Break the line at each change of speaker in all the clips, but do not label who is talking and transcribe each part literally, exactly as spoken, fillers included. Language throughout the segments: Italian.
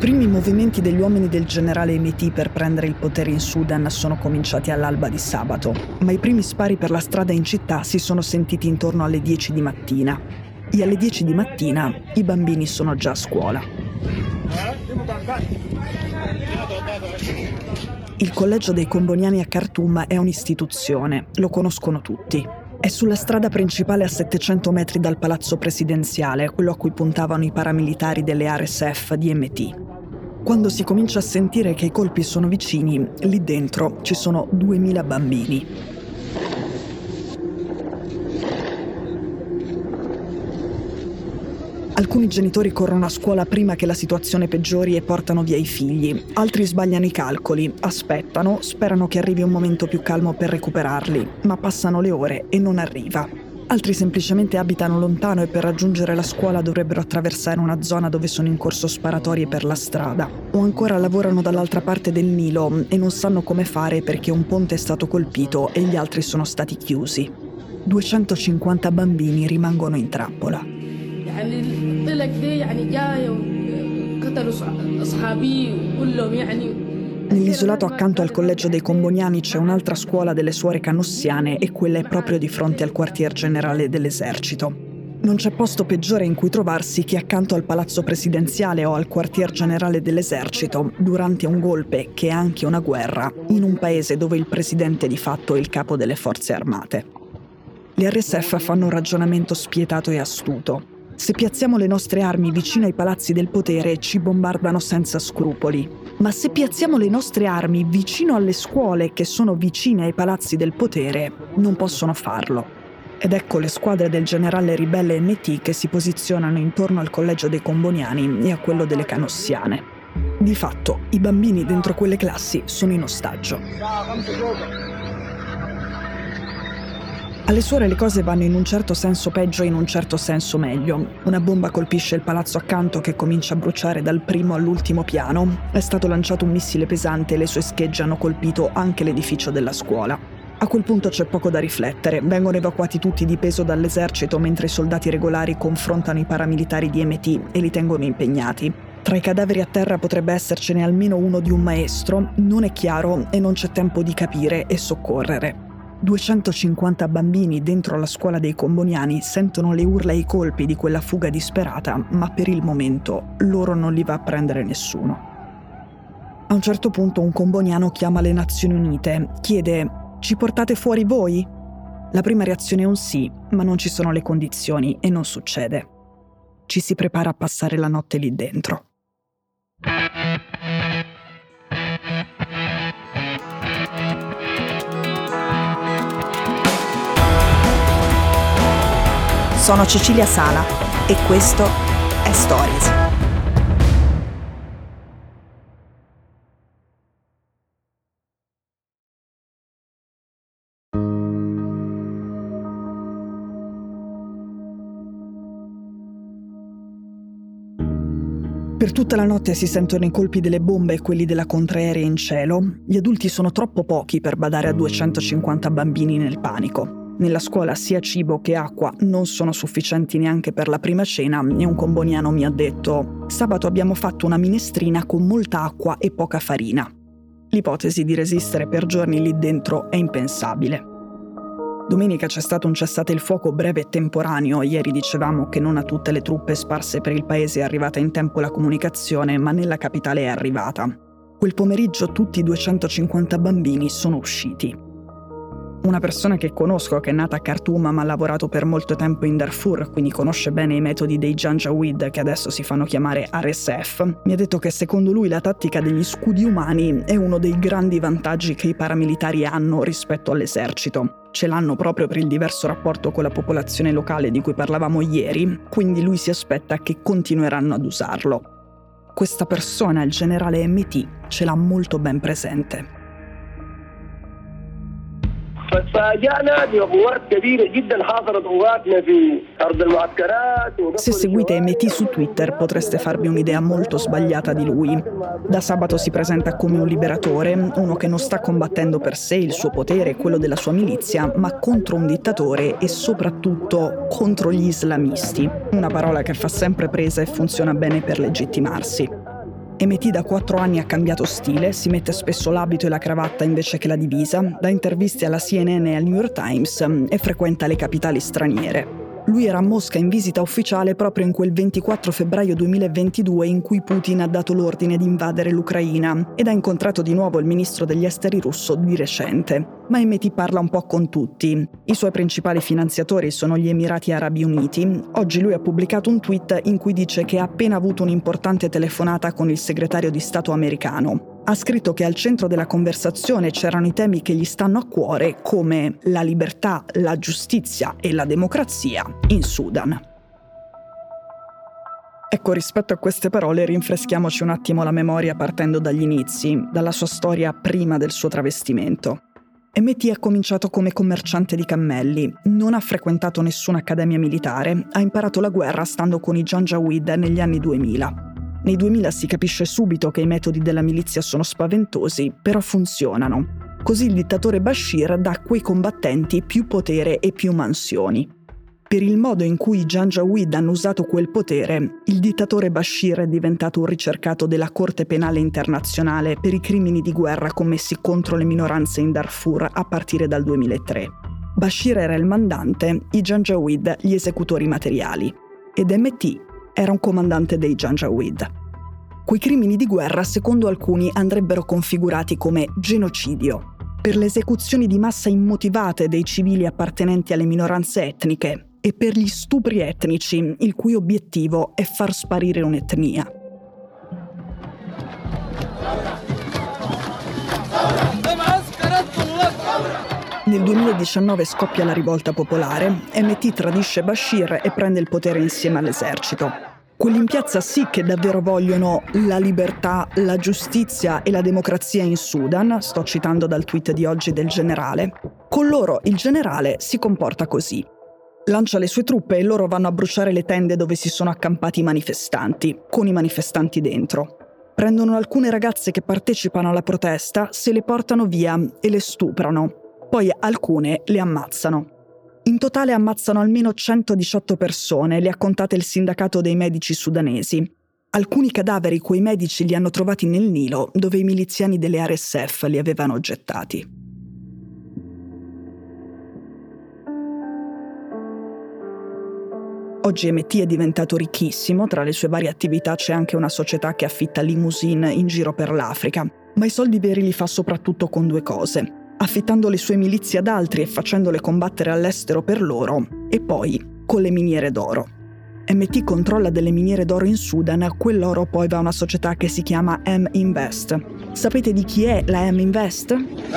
primi movimenti degli uomini del generale Hemeti per prendere il potere in Sudan sono cominciati all'alba di sabato, ma i primi spari per la strada in città si sono sentiti intorno alle dieci di mattina. E alle dieci di mattina i bambini sono già a scuola. Il collegio dei Comboniani a Khartoum è un'istituzione, lo conoscono tutti. È sulla strada principale a settecento metri dal palazzo presidenziale, quello a cui puntavano i paramilitari delle R S F di Hemeti. Quando si comincia a sentire che i colpi sono vicini, lì dentro ci sono duemila bambini. Alcuni genitori corrono a scuola prima che la situazione peggiori e portano via i figli. Altri sbagliano i calcoli, aspettano, sperano che arrivi un momento più calmo per recuperarli, ma passano le ore e non arriva. Altri semplicemente abitano lontano e per raggiungere la scuola dovrebbero attraversare una zona dove sono in corso sparatorie per la strada. O ancora lavorano dall'altra parte del Nilo e non sanno come fare perché un ponte è stato colpito e gli altri sono stati chiusi. duecentocinquanta bambini rimangono in trappola. Nell'isolato accanto al collegio dei Comboniani c'è un'altra scuola delle suore canossiane e quella è proprio di fronte al quartier generale dell'esercito. Non c'è posto peggiore in cui trovarsi che accanto al palazzo presidenziale o al quartier generale dell'esercito durante un golpe, che è anche una guerra, in un paese dove il presidente di fatto è il capo delle forze armate. Le R S F fanno un ragionamento spietato e astuto. Se piazziamo le nostre armi vicino ai palazzi del potere, ci bombardano senza scrupoli. Ma se piazziamo le nostre armi vicino alle scuole che sono vicine ai palazzi del potere, non possono farlo. Ed ecco le squadre del generale ribelle Hemeti che si posizionano intorno al collegio dei Comboniani e a quello delle Canossiane. Di fatto, i bambini dentro quelle classi sono in ostaggio. Alle suore le cose vanno in un certo senso peggio e in un certo senso meglio. Una bomba colpisce il palazzo accanto che comincia a bruciare dal primo all'ultimo piano. È stato lanciato un missile pesante e le sue schegge hanno colpito anche l'edificio della scuola. A quel punto c'è poco da riflettere. Vengono evacuati tutti di peso dall'esercito mentre i soldati regolari confrontano i paramilitari di Hemeti e li tengono impegnati. Tra i cadaveri a terra potrebbe essercene almeno uno di un maestro. Non è chiaro e non c'è tempo di capire e soccorrere. duecentocinquanta bambini dentro la scuola dei Comboniani sentono le urla e i colpi di quella fuga disperata, ma per il momento loro non li va a prendere nessuno. A un certo punto un comboniano chiama le Nazioni Unite, chiede «Ci portate fuori voi?» La prima reazione è un sì, ma non ci sono le condizioni e non succede. Ci si prepara a passare la notte lì dentro.
Sono Cecilia Sala e questo è Stories.
Per tutta la notte si sentono i colpi delle bombe e quelli della contraerea in cielo. Gli adulti sono troppo pochi per badare a duecentocinquanta bambini nel panico. Nella scuola sia cibo che acqua non sono sufficienti neanche per la prima cena e un comboniano mi ha detto «Sabato abbiamo fatto una minestrina con molta acqua e poca farina». L'ipotesi di resistere per giorni lì dentro è impensabile. Domenica c'è stato un cessate il fuoco breve e temporaneo. Ieri dicevamo che non a tutte le truppe sparse per il paese è arrivata in tempo la comunicazione, ma nella capitale è arrivata. Quel pomeriggio tutti i duecentocinquanta bambini sono usciti. Una persona che conosco, che è nata a Khartoum ma ha lavorato per molto tempo in Darfur, quindi conosce bene i metodi dei Janjaweed, che adesso si fanno chiamare R S F, mi ha detto che secondo lui la tattica degli scudi umani è uno dei grandi vantaggi che i paramilitari hanno rispetto all'esercito. Ce l'hanno proprio per il diverso rapporto con la popolazione locale di cui parlavamo ieri, quindi lui si aspetta che continueranno ad usarlo. Questa persona, il generale Hemeti, ce l'ha molto ben presente. Se seguite Hemeti su Twitter potreste farvi un'idea molto sbagliata di lui. Da sabato si presenta come un liberatore, uno che non sta combattendo per sé, il suo potere e quello della sua milizia, ma contro un dittatore e soprattutto contro gli islamisti. Una parola che fa sempre presa e funziona bene per legittimarsi. Hemeti da quattro anni ha cambiato stile, si mette spesso l'abito e la cravatta invece che la divisa, dà interviste alla C N N e al New York Times e frequenta le capitali straniere. Lui era a Mosca in visita ufficiale proprio in quel ventiquattro febbraio duemilaventidue in cui Putin ha dato l'ordine di invadere l'Ucraina ed ha incontrato di nuovo il ministro degli esteri russo di recente. Ma Hemeti parla un po' con tutti. I suoi principali finanziatori sono gli Emirati Arabi Uniti. Oggi lui ha pubblicato un tweet in cui dice che ha appena avuto un'importante telefonata con il segretario di Stato americano. Ha scritto che al centro della conversazione c'erano i temi che gli stanno a cuore come la libertà, la giustizia e la democrazia in Sudan. Ecco, rispetto a queste parole rinfreschiamoci un attimo la memoria partendo dagli inizi, dalla sua storia prima del suo travestimento. Hemeti ha cominciato come commerciante di cammelli, non ha frequentato nessuna accademia militare, ha imparato la guerra stando con i Janjaweed negli anni duemila. Nei duemila si capisce subito che i metodi della milizia sono spaventosi, però funzionano. Così il dittatore Bashir dà a quei combattenti più potere e più mansioni. Per il modo in cui i Janjaweed hanno usato quel potere, il dittatore Bashir è diventato un ricercato della Corte Penale Internazionale per i crimini di guerra commessi contro le minoranze in Darfur a partire dal duemilatré. Bashir era il mandante, i Janjaweed gli esecutori materiali. Ed Hemeti era un comandante dei Janjaweed. Quei crimini di guerra, secondo alcuni, andrebbero configurati come genocidio, per le esecuzioni di massa immotivate dei civili appartenenti alle minoranze etniche e per gli stupri etnici, il cui obiettivo è far sparire un'etnia. Nel duemiladiciannove scoppia la rivolta popolare, Hemeti tradisce Bashir e prende il potere insieme all'esercito. Quelli in piazza sì che davvero vogliono la libertà, la giustizia e la democrazia in Sudan, sto citando dal tweet di oggi del generale. Con loro il generale si comporta così. Lancia le sue truppe e loro vanno a bruciare le tende dove si sono accampati i manifestanti, con i manifestanti dentro. Prendono alcune ragazze che partecipano alla protesta, se le portano via e le stuprano. Poi alcune le ammazzano. In totale ammazzano almeno centodiciotto persone, le ha contate il sindacato dei medici sudanesi. Alcuni cadaveri quei medici li hanno trovati nel Nilo, dove i miliziani delle R S F li avevano gettati. Oggi Hemeti è diventato ricchissimo, tra le sue varie attività c'è anche una società che affitta limousine in giro per l'Africa, ma i soldi veri li fa soprattutto con due cose: affittando le sue milizie ad altri e facendole combattere all'estero per loro, e poi con le miniere d'oro. Hemeti controlla delle miniere d'oro in Sudan, quell'oro poi va a una società che si chiama M Invest. Sapete di chi è la M Invest?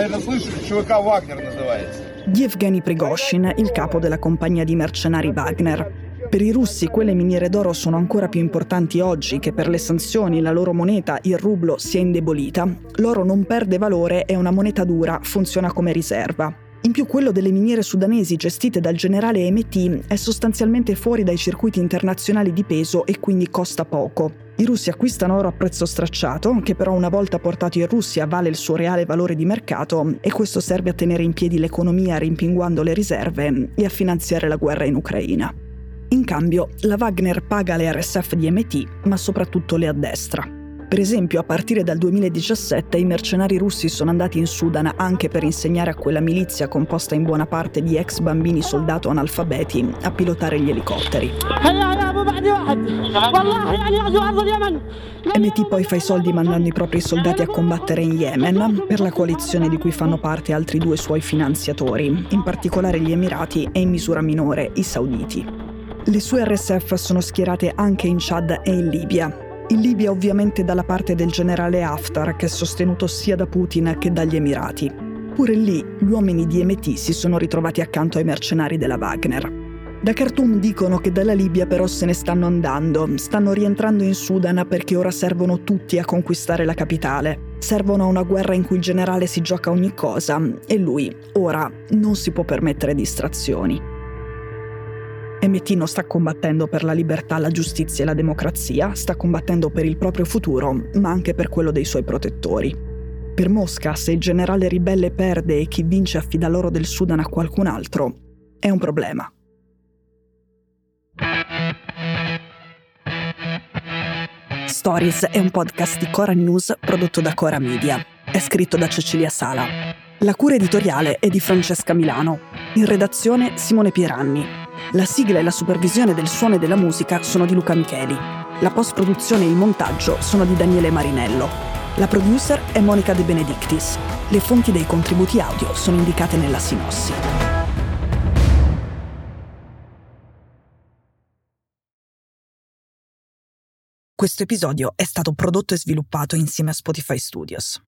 Di Yevgeny Prigozhin, il capo della compagnia di mercenari Wagner. Per i russi quelle miniere d'oro sono ancora più importanti oggi che per le sanzioni la loro moneta, il rublo, si è indebolita. L'oro non perde valore, è una moneta dura, funziona come riserva. In più quello delle miniere sudanesi gestite dal generale Hemeti è sostanzialmente fuori dai circuiti internazionali di peso e quindi costa poco. I russi acquistano oro a prezzo stracciato, che però una volta portato in Russia vale il suo reale valore di mercato, e questo serve a tenere in piedi l'economia rimpinguando le riserve e a finanziare la guerra in Ucraina. In cambio, la Wagner paga le R S F di Hemeti, ma soprattutto le addestra. Per esempio, a partire dal duemiladiciassette i mercenari russi sono andati in Sudan anche per insegnare a quella milizia composta in buona parte di ex bambini soldato analfabeti a pilotare gli elicotteri. Hemeti poi fa i soldi mandando i propri soldati a combattere in Yemen, per la coalizione di cui fanno parte altri due suoi finanziatori, in particolare gli Emirati e in misura minore i Sauditi. Le sue R S F sono schierate anche in Chad e in Libia. In Libia ovviamente dalla parte del generale Haftar, che è sostenuto sia da Putin che dagli Emirati. Pure lì gli uomini di Hemeti si sono ritrovati accanto ai mercenari della Wagner. Da Khartoum dicono che dalla Libia però se ne stanno andando, stanno rientrando in Sudan perché ora servono tutti a conquistare la capitale. Servono a una guerra in cui il generale si gioca ogni cosa e lui, ora, non si può permettere distrazioni. Hemeti non sta combattendo per la libertà, la giustizia e la democrazia, sta combattendo per il proprio futuro, ma anche per quello dei suoi protettori. Per Mosca, se il generale ribelle perde e chi vince affida l'oro del Sudan a qualcun altro, è un problema. Stories è un podcast di Cora News prodotto da Cora Media. È scritto da Cecilia Sala. La cura editoriale è di Francesca Milano. In redazione Simone Pieranni. La sigla e la supervisione del suono e della musica sono di Luca Micheli. La post-produzione e il montaggio sono di Daniele Marinello. La producer è Monica De Benedictis. Le fonti dei contributi audio sono indicate nella sinossi. Questo episodio è stato prodotto e sviluppato insieme a Spotify Studios.